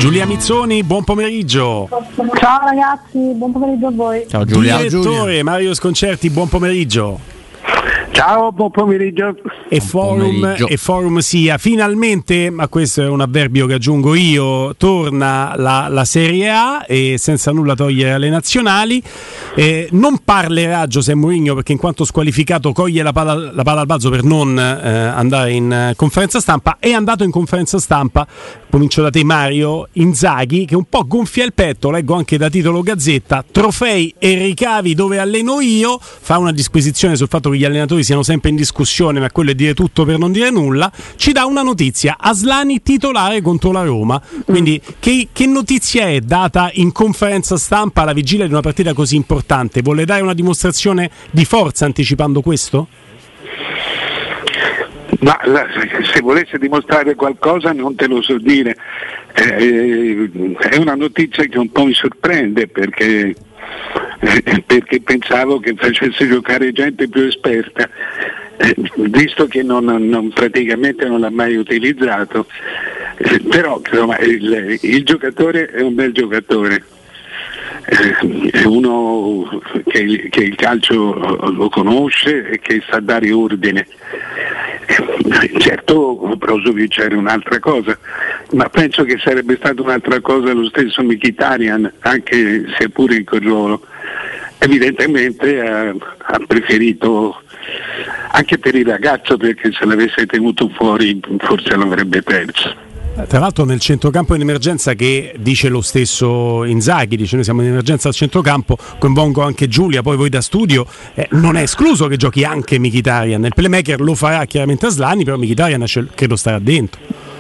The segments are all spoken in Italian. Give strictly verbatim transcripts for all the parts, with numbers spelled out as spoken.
Giulia Mizzoni, buon pomeriggio. Ciao ragazzi, buon pomeriggio a voi. Ciao Giulia. Direttore Mario Sconcerti, buon pomeriggio. Ciao, buon pomeriggio. E forum, pomeriggio. e forum sia finalmente, ma questo è un avverbio che aggiungo io, torna la, la Serie A e senza nulla togliere alle nazionali. Eh, non parlerà José Mourinho perché in quanto squalificato coglie la palla, la palla al balzo per non eh, andare in eh, conferenza stampa. È andato in conferenza stampa, comincio da te Mario, Inzaghi, che un po' gonfia il petto, leggo anche da titolo Gazzetta, trofei e ricavi dove alleno io, fa una disquisizione sul fatto che gli allenatori siano sempre in discussione, ma quello è dire tutto per non dire nulla. Ci dà una notizia: Aslani titolare contro la Roma. Quindi che, che notizia è data in conferenza stampa alla vigilia di una partita così importante? Vuole dare una dimostrazione di forza anticipando questo? Ma la, se volesse dimostrare qualcosa non te lo so dire. Eh, è una notizia che un po' mi sorprende perché perché pensavo che facesse giocare gente più esperta, eh, visto che non, non, praticamente non l'ha mai utilizzato, eh, però insomma, il, il giocatore è un bel giocatore, eh, è uno che il, che il calcio lo conosce e che sa dare ordine. Certo Brozovic era un'altra cosa, ma penso che sarebbe stata un'altra cosa lo stesso Mkhitaryan, anche se pure in quel ruolo. Evidentemente ha, ha preferito, anche per il ragazzo, perché se l'avesse tenuto fuori forse l'avrebbe perso. Tra l'altro nel centrocampo in emergenza, che dice lo stesso Inzaghi, dice noi siamo in emergenza al centrocampo, coinvolgo anche Giulia, poi voi da studio, eh, non è escluso che giochi anche Mkhitaryan, il playmaker lo farà chiaramente Aslani, però Mkhitaryan credo starà dentro.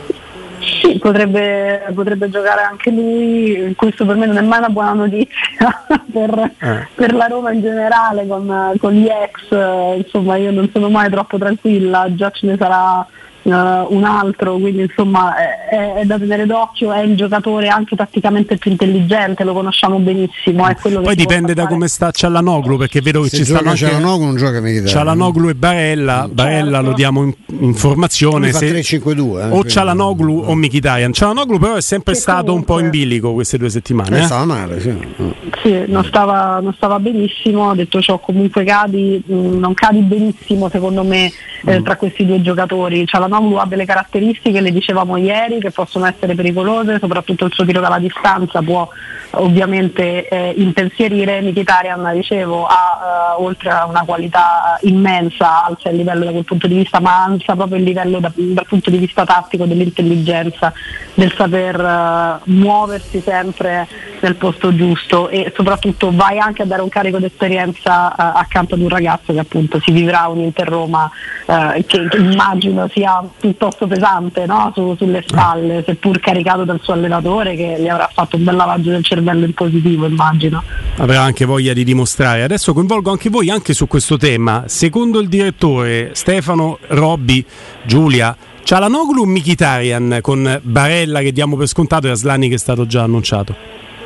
Sì, potrebbe, potrebbe giocare anche lui, questo per me non è mai una buona notizia per, eh. per la Roma in generale, con, con gli ex, insomma io non sono mai troppo tranquilla, già ce ne sarà Uh, un altro, quindi insomma è, è da tenere d'occhio, è il giocatore anche tatticamente più intelligente, lo conosciamo benissimo, è quello che poi dipende da come sta Cialanoglu, perché vedo che se ci stanno anche Cialanoglu non gioca Mkhitaryan. Cialanoglu e Barella, certo. Barella lo diamo in, informazione se tre cinque due eh, o Cialanoglu o Mkhitaryan. Cialanoglu però è sempre che stato comunque un po' in bilico queste due settimane, eh? eh? Stava male, sì. Sì, non stava, non stava benissimo, detto ciò comunque cadi, mh, non cadi benissimo secondo me eh, tra questi due giocatori. Cialanoglu ha delle caratteristiche, le dicevamo ieri, che possono essere pericolose, soprattutto il suo tiro dalla distanza può ovviamente eh, impensierire. Mkhitaryan, dicevo, ha eh, oltre a una qualità immensa, alza il livello da quel punto di vista, ma alza proprio il livello da, dal punto di vista tattico, dell'intelligenza, del saper eh, muoversi sempre nel posto giusto, e soprattutto vai anche a dare un carico d'esperienza eh, accanto ad un ragazzo che appunto si vivrà un Inter Roma eh, che, che immagino sia piuttosto pesante, no? Su, sulle spalle, seppur caricato dal suo allenatore che gli avrà fatto un bel lavaggio del cervello in positivo, immagino. Avrà anche voglia di dimostrare. Adesso coinvolgo anche voi anche su questo tema. Secondo il direttore Stefano, Robby, Giulia, Cialanoglu o Mkhitaryan, con Barella che diamo per scontato e Aslani che è stato già annunciato?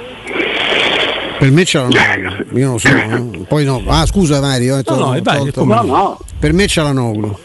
Per me Cialanoglu, io non so, eh? Poi no. Ah scusa Mario, ho detto, no, no, vai, no, no. Per me Cialanoglu.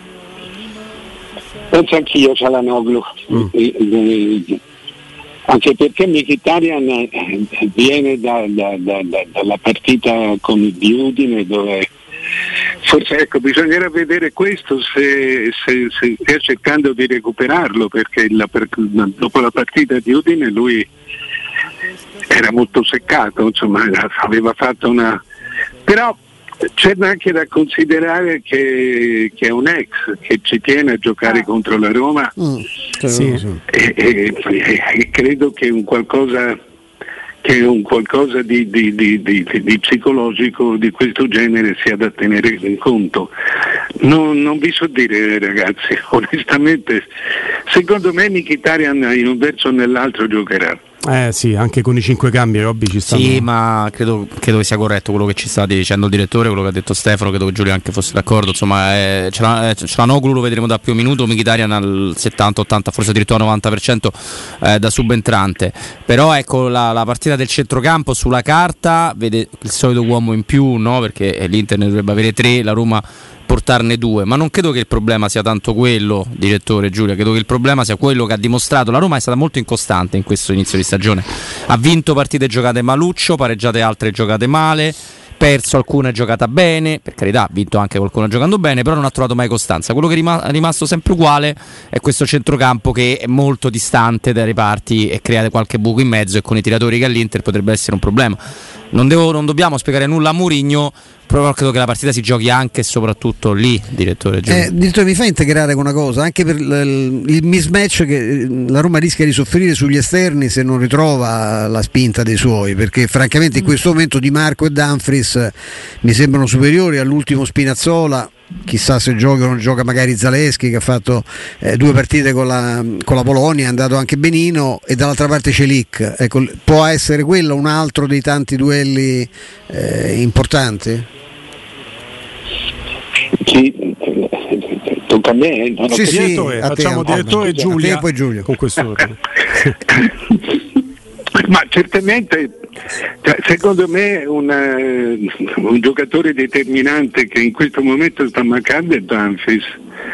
Penso anch'io Cialanoglu, mm. anche perché Mkhitaryan viene da, da, da, da, dalla partita con il di Udine, dove forse ecco bisognerà vedere questo se, se, se stia cercando di recuperarlo, perché la, dopo la partita di Udine lui era molto seccato, insomma aveva fatto una, però c'è anche da considerare che, che è un ex che ci tiene a giocare ah. contro la Roma, mm, sì. e, e, e credo che un qualcosa che un qualcosa di, di, di, di, di psicologico di questo genere sia da tenere in conto. Non, non vi so dire ragazzi, onestamente secondo me Mkhitaryan in un verso o nell'altro giocherà. Eh sì, anche con i cinque cambi Robby ci stanno. Sì, ma credo, credo che sia corretto quello che ci sta dicendo il direttore, quello che ha detto Stefano, credo che Giulio anche fosse d'accordo, insomma eh, Cialanoglu lo vedremo da più minuto, Mkhitaryan al settanta ottanta, forse addirittura al novanta per cento eh, da subentrante. Però ecco la, la partita del centrocampo sulla carta vede il solito uomo in più, no? Perché l'Inter ne dovrebbe avere tre, la Roma portarne due, ma non credo che il problema sia tanto quello, direttore Giulia, credo che il problema sia quello che ha dimostrato la Roma. È stata molto incostante in questo inizio di stagione, ha vinto partite giocate maluccio, pareggiate altre giocate male, perso alcune giocata bene, per carità ha vinto anche qualcuno giocando bene, però non ha trovato mai costanza. Quello che è rimasto sempre uguale è questo centrocampo che è molto distante dai reparti e crea qualche buco in mezzo, e con i tiratori che all'Inter potrebbe essere un problema. Non, devo, non dobbiamo spiegare nulla a Mourinho, però credo che la partita si giochi anche e soprattutto lì, direttore Giulia. Eh, direttore, mi fa integrare con una cosa, anche per l- il mismatch che la Roma rischia di soffrire sugli esterni se non ritrova la spinta dei suoi, perché francamente in questo momento Di Marco e Dumfries mi sembrano superiori all'ultimo Spinazzola. Chissà se gioca o non gioca magari Zalewski, che ha fatto eh, due partite con la, con la Polonia, è andato anche benino, e dall'altra parte c'è Lick. Ecco, può essere quello un altro dei tanti duelli eh, importanti? Sì, tocca a me. Non sì, sì, direttore, a te, facciamo a direttore te, Giulia, a te, poi Giulio. con questo Ma certamente, cioè, secondo me un, uh, un giocatore determinante che in questo momento sta mancando è Dumfries,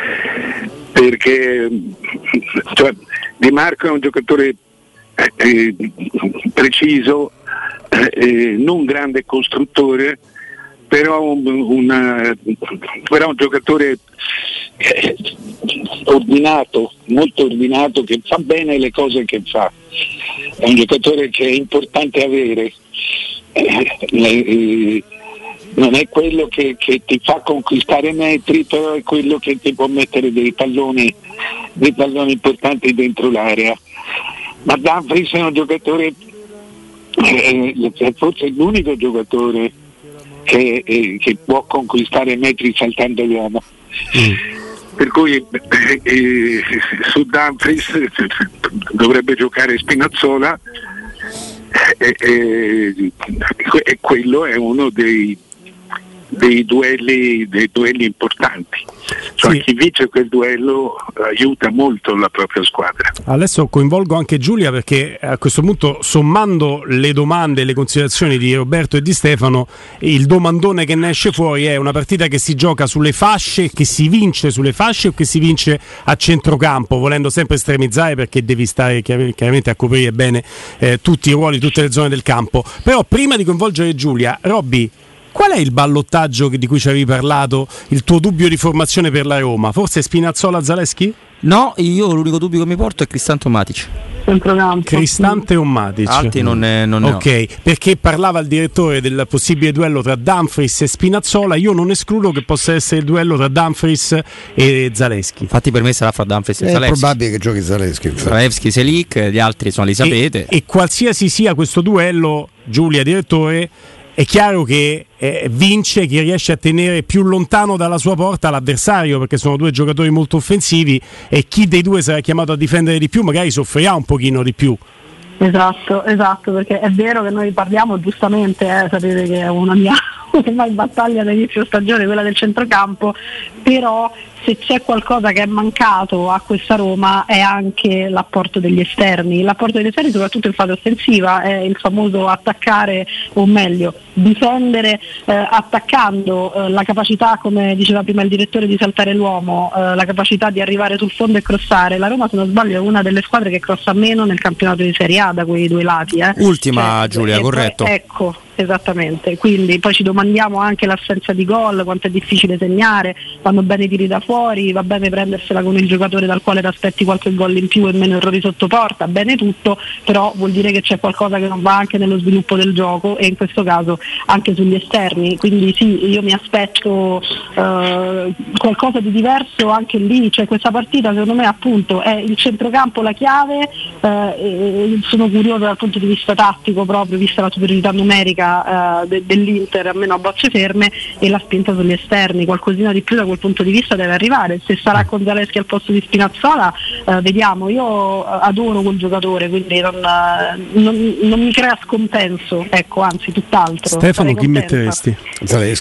perché cioè, Di Marco è un giocatore eh, eh, preciso, eh, non grande costruttore, però un, una, però un giocatore eh, ordinato, molto ordinato, che fa bene le cose che fa. È un giocatore che è importante avere, eh, eh, non è quello che, che ti fa conquistare metri, però è quello che ti può mettere dei palloni, dei palloni importanti dentro l'area. Ma Dumfries è un giocatore, eh, è forse l'unico giocatore che, eh, che può conquistare metri saltando l'uomo. Mm. Per cui eh, eh, su Dumfries dovrebbe giocare Spinazzola, e, e, e quello è uno dei, dei duelli dei duelli importanti. Cioè, sì. Chi vince quel duello aiuta molto la propria squadra. Adesso coinvolgo anche Giulia, perché a questo punto, sommando le domande e le considerazioni di Roberto e di Stefano, il domandone che ne esce fuori è una partita che si gioca sulle fasce, che si vince sulle fasce o che si vince a centrocampo, volendo sempre estremizzare, perché devi stare chiaramente a coprire bene eh, tutti i ruoli, tutte le zone del campo. Però prima di coinvolgere Giulia, Robby, qual è il ballottaggio di cui ci avevi parlato, il tuo dubbio di formazione per la Roma? Forse Spinazzola, Zalewski? No, io l'unico dubbio che mi porto è Cristante o Matic. Cristante o Matic? Altri non ne, non ne ok, ho. Perché parlava il direttore del possibile duello tra Dumfries e Spinazzola. Io non escludo che possa essere il duello tra Dumfries e Zalewski. Infatti per me sarà fra Dumfries e è Zalewski. È probabile che giochi Zalewski. Zalewski, Selic, gli altri insomma li sapete. E, e qualsiasi sia questo duello, Giulia, direttore, è chiaro che eh, vince chi riesce a tenere più lontano dalla sua porta l'avversario, perché sono due giocatori molto offensivi, e chi dei due sarà chiamato a difendere di più magari soffrirà un pochino di più. Esatto, esatto, perché è vero che noi parliamo giustamente, eh, sapete che è una mia ormai battaglia all'inizio stagione, quella del centrocampo, però se c'è qualcosa che è mancato a questa Roma è anche l'apporto degli esterni, l'apporto degli esterni soprattutto in fase offensiva, è il famoso attaccare, o meglio difendere eh, attaccando, eh, la capacità, come diceva prima il direttore, di saltare l'uomo, eh, la capacità di arrivare sul fondo e crossare. La Roma, se non sbaglio, è una delle squadre che crossa meno nel campionato di Serie A da quei due lati. Eh. Ultima, cioè, Giulia, eh, corretto. Ecco, esattamente, quindi poi ci domandiamo anche l'assenza di gol, quanto è difficile segnare, vanno bene i tiri da fuori, va bene prendersela con il giocatore dal quale ti aspetti qualche gol in più e meno errori sotto porta, bene tutto, però vuol dire che c'è qualcosa che non va anche nello sviluppo del gioco, e in questo caso anche sugli esterni, quindi sì, io mi aspetto eh, qualcosa di diverso anche lì. Cioè, questa partita secondo me appunto è il centrocampo la chiave, eh, e sono curioso dal punto di vista tattico, proprio vista la superiorità numerica eh, de- dell'Inter, almeno a bocce ferme, e la spinta sugli esterni, qualcosina di più da quel punto di vista deve arrivare. Se sarà con Zalewski al posto di Spinazzola, eh, vediamo. Io adoro quel giocatore, quindi non, non, non mi crea scompenso, ecco, anzi tutt'altro. Stefano, chi metteresti? Zalewski.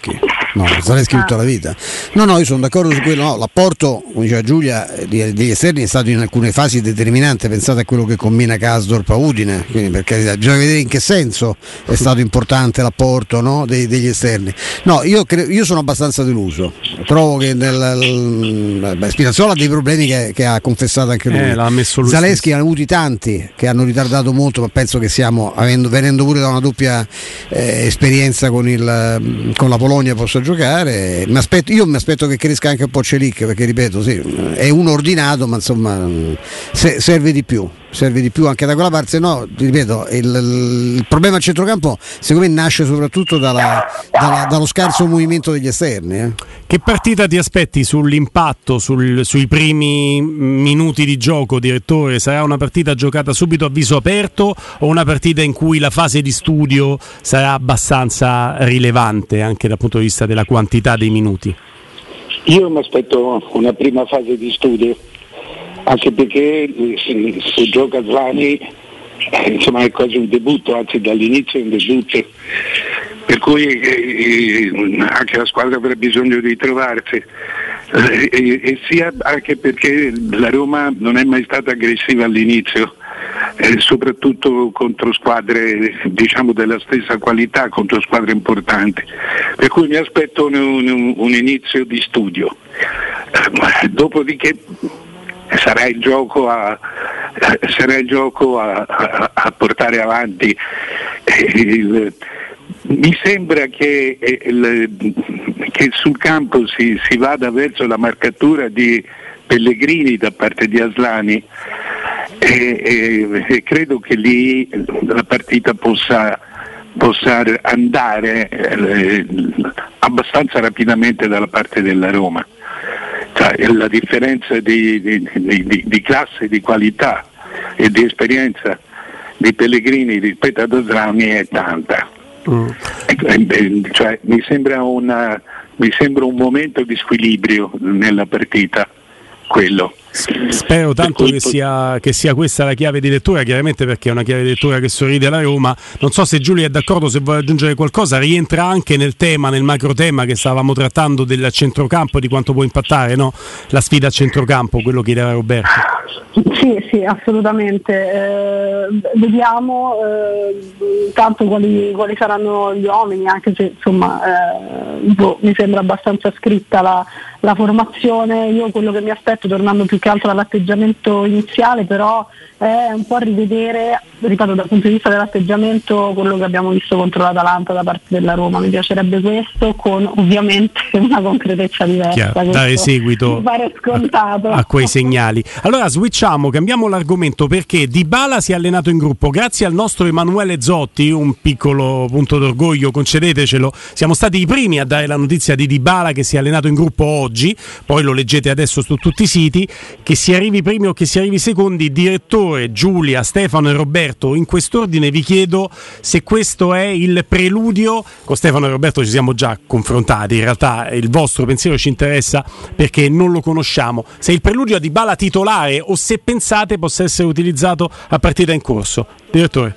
no, Zaleschi tutta la vita. No, no, io sono d'accordo su quello. No, l'apporto, come diceva Giulia, degli esterni è stato in alcune fasi determinante. Pensate a quello che combina Kasdorp a Udine, quindi per carità, bisogna vedere in che senso è stato importante l'apporto, no, dei, degli esterni. No, io, cre- io sono abbastanza deluso. Trovo che nel, beh, Spinazzola ha dei problemi che, che ha confessato anche lui. Eh, l'ha messo lui Zaleschi ha avuti tanti che hanno ritardato molto, ma penso che stiamo avendo, venendo pure da una doppia eh, esperienza con, il, con la Polonia possa giocare. Mi aspetto, io mi aspetto che cresca anche un po' Celic, perché ripeto, sì, è uno ordinato, ma insomma se, serve di più. serve di più anche da quella parte, no, ripeto, il, il problema al centrocampo secondo me nasce soprattutto dalla, dalla, dallo scarso movimento degli esterni. Eh. Che partita ti aspetti sull'impatto, sul, sui primi minuti di gioco, direttore? Sarà una partita giocata subito a viso aperto o una partita in cui la fase di studio sarà abbastanza rilevante anche dal punto di vista della quantità dei minuti? Io mi aspetto una prima fase di studio, anche perché se, se gioca Zlani eh, insomma è quasi un debutto, anzi dall'inizio è un debutto, per cui eh, anche la squadra avrà bisogno di trovarsi eh, e, e sia anche perché la Roma non è mai stata aggressiva all'inizio, eh, soprattutto contro squadre diciamo della stessa qualità, contro squadre importanti, per cui mi aspetto un, un, un inizio di studio, eh, dopodiché sarà il gioco a, sarà il gioco a, a, a portare avanti. Il, mi sembra che, il, che sul campo si, si vada verso la marcatura di Pellegrini da parte di Aslani e, e, e credo che lì la partita possa, possa andare eh, abbastanza rapidamente dalla parte della Roma. La differenza di, di, di, di classe, di qualità e di esperienza di Pellegrini rispetto ad Aslani è tanta. Mm. Cioè, mi sembra una, mi sembra un momento di squilibrio nella partita, quello. Spero tanto che sia, che sia questa la chiave di lettura, chiaramente, perché è una chiave di lettura che sorride alla Roma. Non so se Giulia è d'accordo, se vuole aggiungere qualcosa. Rientra anche nel tema, nel macro tema che stavamo trattando del centrocampo, di quanto può impattare, no? La sfida a centrocampo, quello che chiedeva Roberto. Sì, sì, assolutamente. Eh, vediamo eh, tanto quali, quali saranno gli uomini, anche se insomma eh, boh, mi sembra abbastanza scritta la, la formazione. Io quello che mi aspetto, tornando più che altro all'atteggiamento iniziale, però è un po' rivedere, ripeto, dal punto di vista dell'atteggiamento, quello che abbiamo visto contro l'Atalanta da parte della Roma. Mi piacerebbe questo, con ovviamente una concretezza diversa. Chiaro, dare seguito scontato. A, a quei segnali. Allora switchiamo, cambiamo l'argomento, perché Dybala si è allenato in gruppo grazie al nostro Emanuele Zotti, un piccolo punto d'orgoglio, concedetecelo. Siamo stati i primi a dare la notizia di Dybala che si è allenato in gruppo oggi, poi lo leggete adesso su tutti i siti. Che si arrivi primi o che si arrivi secondi, direttore, Giulia, Stefano e Roberto, in quest'ordine vi chiedo se questo è il preludio. Con Stefano e Roberto ci siamo già confrontati, in realtà il vostro pensiero ci interessa perché non lo conosciamo, se è il preludio a Dybala titolare o se pensate possa essere utilizzato a partita in corso. Direttore.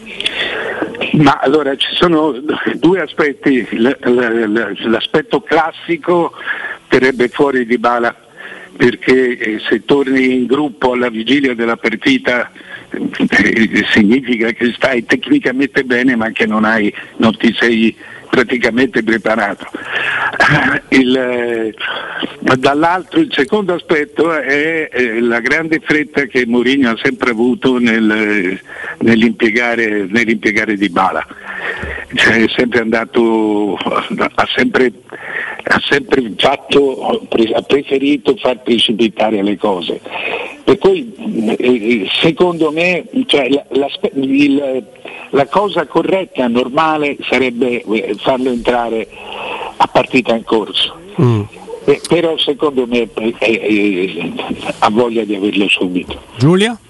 Ma allora ci sono due aspetti. L- l- l- l'aspetto classico terrebbe fuori Dybala, perché se torni in gruppo alla vigilia della partita eh, significa che stai tecnicamente bene ma che non hai, non ti sei praticamente preparato. Il, eh, dall'altro il secondo aspetto è eh, la grande fretta che Mourinho ha sempre avuto nel, nell'impiegare, nell'impiegare Dybala. Cioè, è sempre andato, ha sempre, ha sempre fatto, ha preferito far precipitare le cose. Per cui secondo me cioè, la, la, il, la cosa corretta, normale, sarebbe farlo entrare a partita in corso. Mm. Eh, però secondo me eh, eh, ha voglia di averlo subito. Giulia?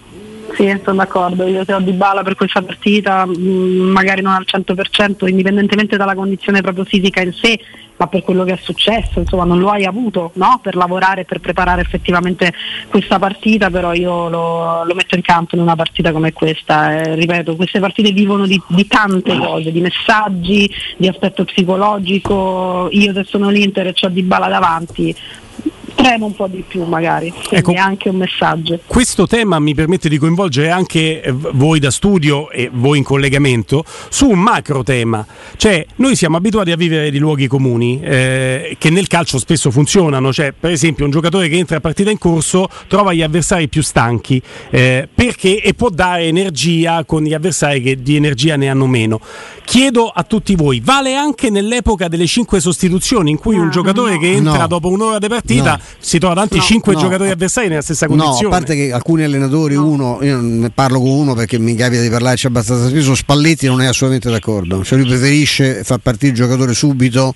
sì, sono d'accordo. Io se ho Dybala per questa partita, mh, magari non al cento per cento, indipendentemente dalla condizione proprio fisica in sé, ma per quello che è successo, insomma non lo hai avuto, no? Per lavorare, per preparare effettivamente questa partita, però io lo, lo metto in campo in una partita come questa. Eh, ripeto, queste partite vivono di, di tante cose, di messaggi, di aspetto psicologico. Io se sono l'Inter e c'ho Dybala davanti, tremo un po' di più magari, quindi ecco, è anche un messaggio. Questo tema mi permette di coinvolgere anche eh, voi da studio e voi in collegamento su un macro tema, cioè noi siamo abituati a vivere di luoghi comuni eh, che nel calcio spesso funzionano, cioè per esempio un giocatore che entra a partita in corso trova gli avversari più stanchi eh, perché e può dare energia con gli avversari che di energia ne hanno meno. Chiedo a tutti voi, vale anche nell'epoca delle cinque sostituzioni in cui no, un giocatore no. che entra no. dopo un'ora di partita no. si trova davanti no, cinque no, giocatori avversari nella stessa condizione? No, a parte che alcuni allenatori, no. uno, io ne parlo con uno perché mi capita di parlarci abbastanza spesso, Spalletti non è assolutamente d'accordo, cioè lui preferisce far partire il giocatore subito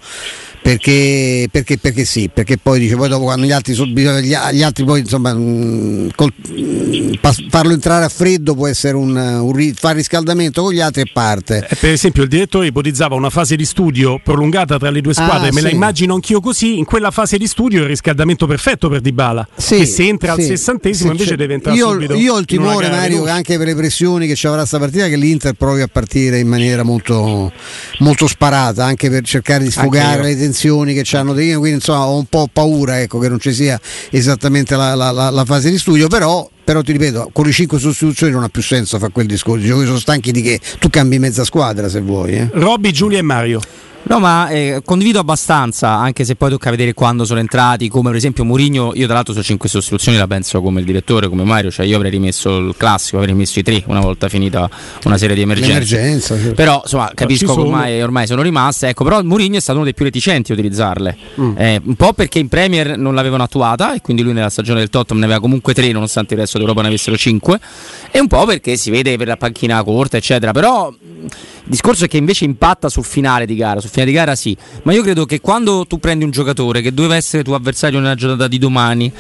perché, perché, perché sì, perché poi dice poi dopo quando gli altri, gli altri poi insomma col, farlo entrare a freddo può essere un, un fare riscaldamento con gli altri e parte. Eh, per esempio il direttore ipotizzava una fase di studio prolungata tra le due squadre, ah, me sì. la immagino anch'io così, in quella fase di studio il riscaldamento perfetto per Dybala, sì, che se entra sì, al sessantesimo sì, invece cioè, deve entrare io, subito. Io ho il timore, Mario, anche per le pressioni che ci avrà sta partita, che l'Inter provi a partire in maniera molto, molto sparata, anche per cercare di sfogare le tensioni che hanno dei, quindi insomma ho un po' paura, ecco, che non ci sia esattamente la, la, la, la fase di studio, però però ti ripeto, con le cinque sostituzioni non ha più senso fare quel discorso, i sono stanchi di che tu cambi mezza squadra se vuoi. eh. Robby, Giulia e Mario. No, ma eh, condivido abbastanza, anche se poi tocca vedere quando sono entrati, come per esempio Mourinho. Io tra l'altro su cinque sostituzioni la penso come il direttore, come Mario, cioè io avrei rimesso il classico, avrei messo i tre una volta finita una serie di emergenze, certo. Però insomma capisco che ormai, ormai sono rimaste, ecco, però Mourinho è stato uno dei più reticenti a utilizzarle, mm. eh, un po' perché in Premier non l'avevano attuata e quindi lui nella stagione del Tottenham ne aveva comunque tre nonostante il resto d'Europa ne avessero cinque, e un po' perché si vede per la panchina corta eccetera, però il discorso è che invece impatta sul finale di gara, sul finale di gara sì, ma io credo che quando tu prendi un giocatore che doveva essere tuo avversario nella giornata di domani,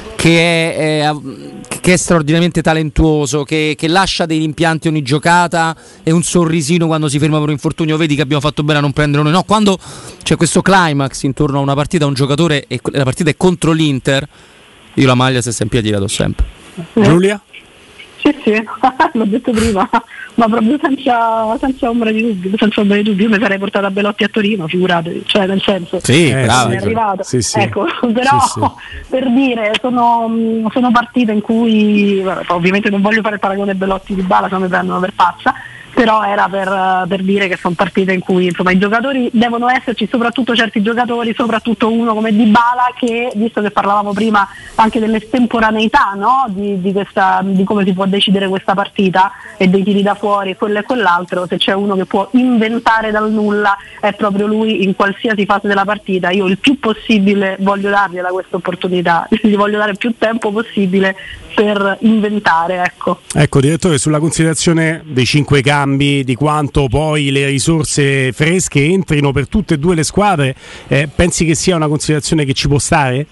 che è, è, che è straordinariamente talentuoso, che, che lascia dei rimpianti ogni giocata e un sorrisino quando si ferma per un infortunio, vedi che abbiamo fatto bene a non prenderlo noi, no, quando c'è questo climax intorno a una partita, un giocatore e la partita è contro l'Inter, io la maglia se sta in piedi la do sempre. Giulia? Sì, sì, l'ho detto prima, ma proprio senza, senza ombra di dubbio, senza ombra di dubbio, io mi sarei portata Belotti a Torino, figurate, cioè nel senso, sì, eh, bravo, è arrivato, sì, sì. ecco, però sì, sì. per dire, sono, sono partite in cui, vabbè, ovviamente non voglio fare il paragone Belotti-Dybala, se no mi prendono per pazza, però era per, per dire che sono partite in cui insomma i giocatori devono esserci, soprattutto certi giocatori, soprattutto uno come Dybala che, visto che parlavamo prima anche dell'estemporaneità, no? di, di, questa, di come si può decidere questa partita e dei tiri da fuori, quello e quell'altro, se c'è uno che può inventare dal nulla è proprio lui in qualsiasi fase della partita. Io il più possibile voglio dargliela questa opportunità, gli voglio dare più tempo possibile per inventare, ecco. Ecco, direttore, sulla considerazione dei cinque cambi, di quanto poi le risorse fresche entrino per tutte e due le squadre, eh, pensi che sia una considerazione che ci può stare?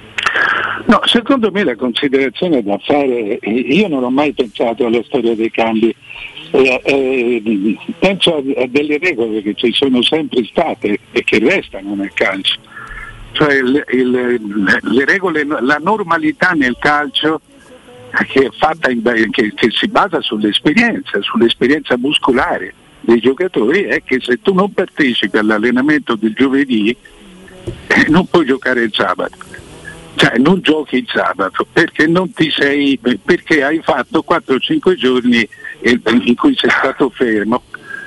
No, secondo me la considerazione da fare, io non ho mai pensato alla storia dei cambi, eh, eh, penso a, a delle regole che ci sono sempre state e che restano nel calcio, cioè il, il, le regole, la normalità nel calcio che è fatta in, che, che si basa sull'esperienza, sull'esperienza muscolare dei giocatori, è che se tu non partecipi all'allenamento del giovedì eh, non puoi giocare il sabato, cioè non giochi il sabato perché non ti sei, perché hai fatto quattro o cinque giorni in cui sei stato fermo.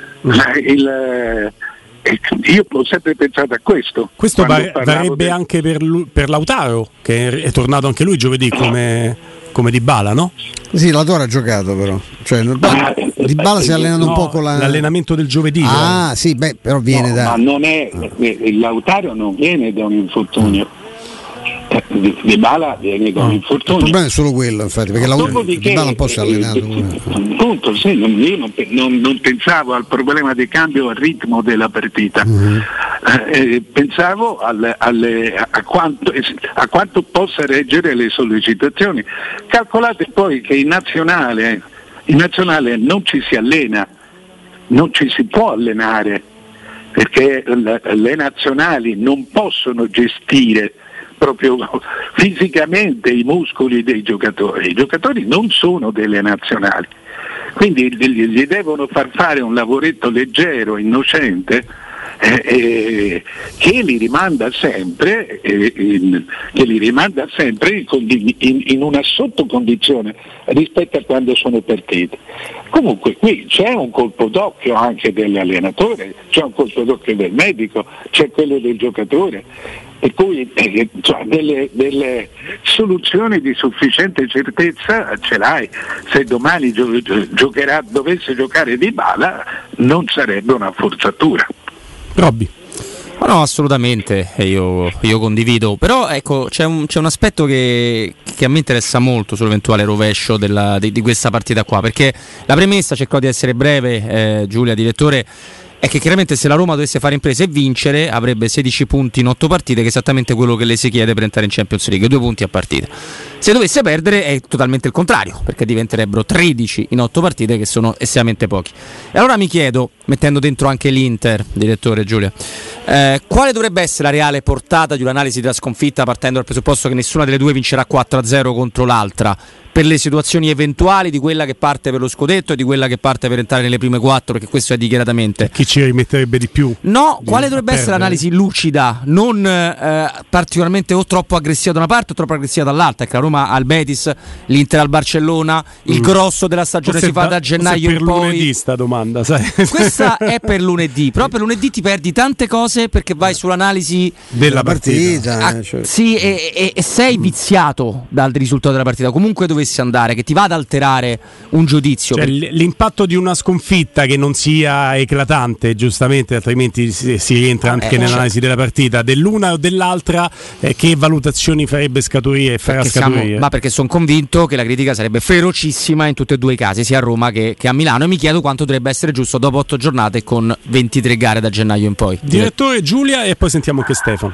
Il, io ho sempre pensato a questo. Questo var- varrebbe del... anche per, lui, per Lautaro, che è tornato anche lui giovedì come come Dybala, no? Sì, Lautaro ha giocato però, cioè, ma, Dybala si è allenato no, un po' con la... l'allenamento del giovedì. Ah, no? Sì, beh, però viene no, da... ma non è, il Lautaro non viene da un infortunio. eh, Di, Di Bala viene con no, infortunio. Il problema è solo quello, infatti, perché la Di Bala un po' si è allenato. Appunto, sì, non, io non, non, non pensavo al problema di cambio al ritmo della partita, mm-hmm. eh, pensavo alle, alle, a, quanto, a quanto possa reggere le sollecitazioni. Calcolate poi che in nazionale, in nazionale non ci si allena, non ci si può allenare, perché le nazionali non possono gestire proprio fisicamente i muscoli dei giocatori. I giocatori non sono delle nazionali, quindi gli devono far fare un lavoretto leggero, innocente, eh, eh, che li rimanda sempre, eh, in, che li rimanda sempre in, in, in una sottocondizione rispetto a quando sono partiti. Comunque qui c'è un colpo d'occhio anche dell'allenatore, c'è un colpo d'occhio del medico, c'è quello del giocatore, e cui eh, cioè, delle, delle soluzioni di sufficiente certezza ce l'hai. Se domani gio- giocherà, dovesse giocare Di Bala, non sarebbe una forzatura. Robby. Ma no, assolutamente, io, io condivido, però ecco c'è un, c'è un aspetto che, che a me interessa molto sull'eventuale rovescio della, di, di questa partita qua, perché la premessa, cercherò di essere breve, eh, Giulia, direttore, è che chiaramente se la Roma dovesse fare impresa e vincere avrebbe sedici punti in otto partite, che è esattamente quello che le si chiede per entrare in Champions League, due punti a partita. Se dovesse perdere è totalmente il contrario, perché diventerebbero tredici in otto partite, che sono estremamente pochi. E allora mi chiedo, mettendo dentro anche l'Inter, direttore Giulia, eh, quale dovrebbe essere la reale portata di un'analisi della sconfitta, partendo dal presupposto che nessuna delle due vincerà quattro a zero contro l'altra, per le situazioni eventuali di quella che parte per lo scudetto e di quella che parte per entrare nelle prime quattro, perché questo è dichiaratamente. Chi ci rimetterebbe di più? No, quale dovrebbe essere l'analisi lucida, non eh, particolarmente o troppo aggressiva da una parte o troppo aggressiva dall'altra, che la Roma al Betis, l'Inter al Barcellona, il mm. grosso della stagione forse si fa da, da gennaio in poi. Per lunedì sta domanda, sai? Questa è per lunedì, però per lunedì ti perdi tante cose perché vai sull'analisi della partita, partita. Ah, cioè. Sì, e, e, e sei viziato dal risultato della partita, comunque dovessi andare, che ti va ad alterare un giudizio. Cioè, per... L'impatto di una sconfitta che non sia eclatante, giustamente, altrimenti si, si rientra anche eh, nell'analisi cioè. della partita, dell'una o dell'altra, eh, che valutazioni farebbe scaturire e farà perché scaturire? Siamo, ma perché sono convinto che la critica sarebbe ferocissima in tutti e due i casi, sia a Roma che, che a Milano, e mi chiedo quanto dovrebbe essere giusto dopo otto giornate con ventitré gare da gennaio in poi. Direttore Giulia, e poi sentiamo anche Stefano.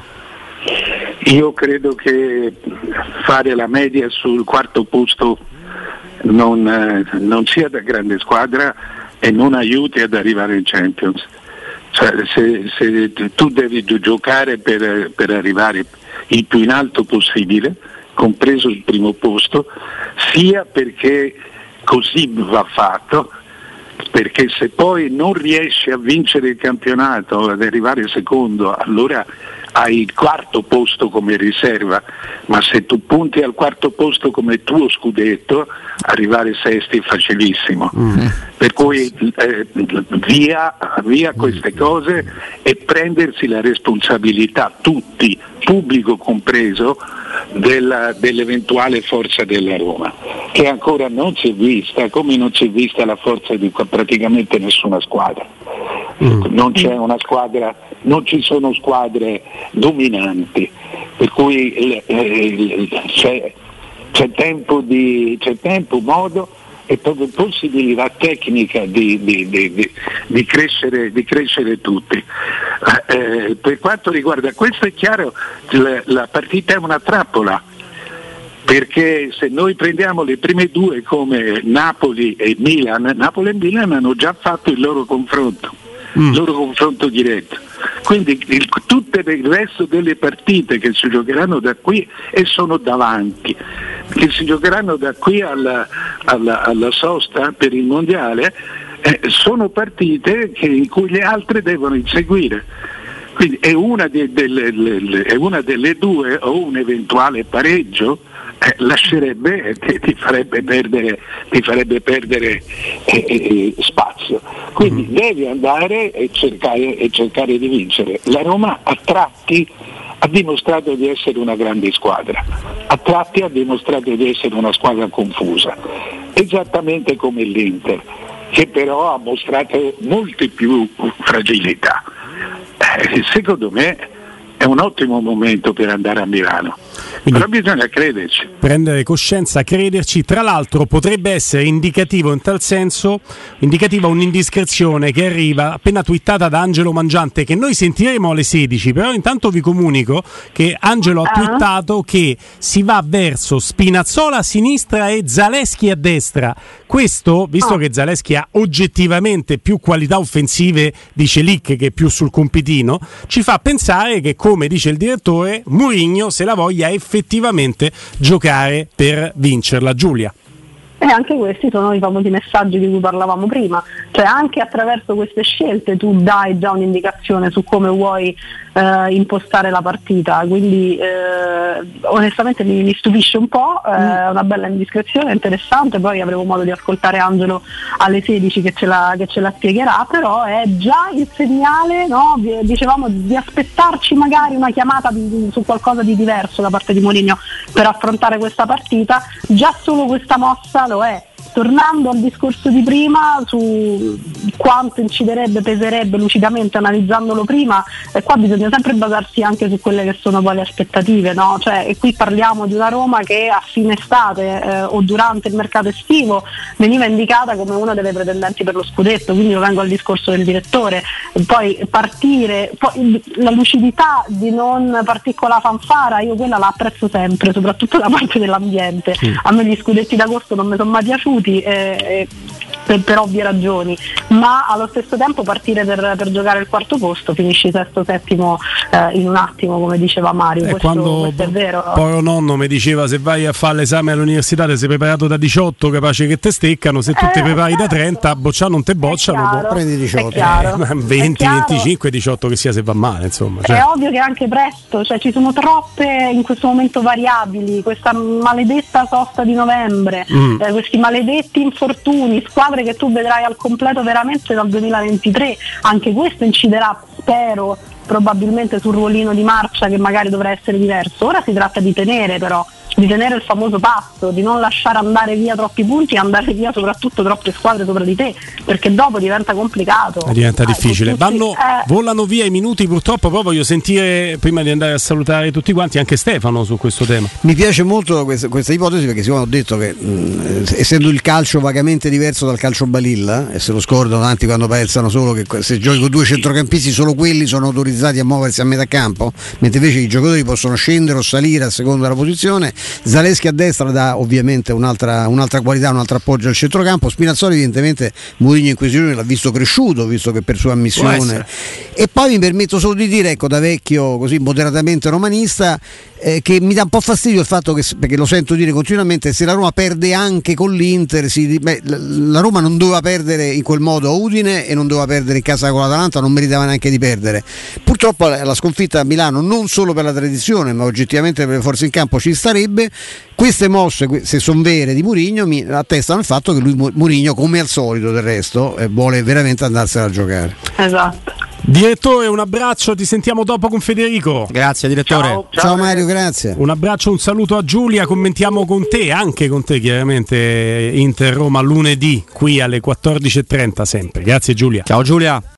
Io credo che fare la media sul quarto posto non, eh, non sia da grande squadra e non aiuti ad arrivare in Champions. Cioè, se, se tu devi giocare per, per arrivare il più in alto possibile, compreso il primo posto, sia perché così va fatto, perché se poi non riesci a vincere il campionato, ad arrivare secondo, allora hai il quarto posto come riserva, ma se tu punti al quarto posto come tuo scudetto, arrivare sesti è facilissimo. Mm. Per cui eh, via, via queste cose e prendersi la responsabilità, tutti, pubblico compreso, della, dell'eventuale forza della Roma, che ancora non si è vista, come non si è vista la forza di praticamente nessuna squadra. Mm. Non c'è una squadra, non ci sono squadre dominanti, per cui eh, eh, c'è, c'è tempo di, c'è tempo, modo e proprio possibilità tecnica di, di, di, di, di, crescere, di crescere tutti. Eh, per quanto riguarda questo è chiaro, la, la partita è una trappola, perché se noi prendiamo le prime due come Napoli e Milan, Napoli e Milan hanno già fatto il loro confronto, mm. il loro confronto diretto. Quindi il, tutto il resto delle partite che si giocheranno da qui e sono davanti, che si giocheranno da qui alla, alla, alla sosta per il mondiale, eh, sono partite che, in cui le altre devono inseguire. Quindi è una, de, delle, le, le, è una delle due, o un eventuale pareggio eh, lascerebbe, eh, ti farebbe perdere, ti farebbe perdere eh, eh, spazio. Quindi mm-hmm. devi andare e cercare, e cercare di vincere. La Roma a tratti ha dimostrato di essere una grande squadra, a tratti ha dimostrato di essere una squadra confusa, esattamente come l'Inter, che però ha mostrato molte più fragilità. Eh, secondo me è un ottimo momento per andare a Milano. Quindi, però bisogna crederci. Prendere coscienza, crederci. Tra l'altro potrebbe essere indicativo in tal senso, indicativa un'indiscrezione che arriva appena twittata da Angelo Mangiante, che noi sentiremo alle sedici, però intanto vi comunico che Angelo ha twittato che si va verso Spinazzola a sinistra e Zaleschi a destra. Questo, visto che Zaleschi ha oggettivamente più qualità offensive di Celic che più sul compitino, ci fa pensare che, come dice il direttore, Mourinho se la voglia effettivamente giocare per vincerla. Giulia. E anche questi sono i famosi messaggi di cui parlavamo prima, cioè anche attraverso queste scelte tu dai già un'indicazione su come vuoi eh, impostare la partita, quindi eh, onestamente mi, mi stupisce un po', è eh, una bella indiscrezione, interessante, poi avremo modo di ascoltare Angelo alle sedici che ce la, che ce la spiegherà, però è già il segnale, no? Dicevamo di aspettarci magari una chiamata di, su qualcosa di diverso da parte di Mourinho per affrontare questa partita, già solo questa mossa lo è. Tornando al discorso di prima su quanto inciderebbe, peserebbe lucidamente analizzandolo prima, e qua bisogna sempre basarsi anche su quelle che sono poi le aspettative, no? Cioè, e qui parliamo di una Roma che a fine estate eh, o durante il mercato estivo veniva indicata come una delle pretendenti per lo scudetto, quindi io vengo al discorso del direttore, poi partire, poi la lucidità di non partire con la fanfara, io quella la apprezzo sempre, soprattutto da parte dell'ambiente. Sì. A me gli scudetti d'agosto non mi sono mai piaciuti, Eh, per, per ovvie ragioni, ma allo stesso tempo partire per, per giocare il quarto posto, finisci sesto, settimo eh, in un attimo, come diceva Mario. Eh, questo, quando questo è vero. Poi nonno mi diceva: se vai a fare l'esame all'università ti sei preparato da diciotto, capace che te steccano, se tu eh, ti prepari certo. da trenta, bocciare non te bocciano, chiaro, prendi diciotto, eh, venti, venticinque, diciotto che sia, se va male, insomma. Cioè. È ovvio che è anche presto, cioè ci sono troppe in questo momento variabili, questa maledetta sosta di novembre, mm. eh, questi maledetti infortuni, squadre che tu vedrai al completo veramente dal duemilaventitré, anche questo inciderà, spero, probabilmente sul ruolino di marcia che magari dovrà essere diverso. Ora si tratta di tenere però, di tenere il famoso passo, di non lasciare andare via troppi punti e andare via soprattutto troppe squadre sopra di te, perché dopo diventa complicato. Diventa eh, difficile. tutti, Vanno, eh. volano via i minuti purtroppo, però voglio sentire, prima di andare a salutare tutti quanti, anche Stefano su questo tema. Mi piace molto questa, questa ipotesi, perché siccome ho detto che mh, essendo il calcio vagamente diverso dal calcio balilla, e se lo scordano tanti quando pensano solo che se giochi con due centrocampisti solo quelli sono autorizzati a muoversi a metà campo, mentre invece i giocatori possono scendere o salire a seconda della posizione. Zaleschi a destra dà ovviamente un'altra, un'altra qualità, un altro appoggio al centrocampo. Spinazzola evidentemente Mourinho in questi giorni l'ha visto cresciuto, visto che per sua ammissione. E poi mi permetto solo di dire, ecco, da vecchio così moderatamente romanista, eh, che mi dà un po' fastidio il fatto che, perché lo sento dire continuamente, se la Roma perde anche con l'Inter, si, beh, la Roma non doveva perdere in quel modo a Udine e non doveva perdere in casa con l'Atalanta, non meritava neanche di perdere. Purtroppo la sconfitta a Milano, non solo per la tradizione ma oggettivamente per le forze in campo, ci starebbe. Queste mosse, se sono vere, di Mourinho mi attestano il fatto che lui, Mourinho, come al solito del resto, eh, vuole veramente andarsela a giocare. Esatto. Direttore, un abbraccio, ti sentiamo dopo con Federico. Grazie direttore. Ciao, ciao, ciao Mario, grazie. Un abbraccio, un saluto a Giulia, commentiamo con te, anche con te chiaramente, Inter Roma lunedì qui alle quattordici e trenta sempre. Grazie Giulia. Ciao Giulia.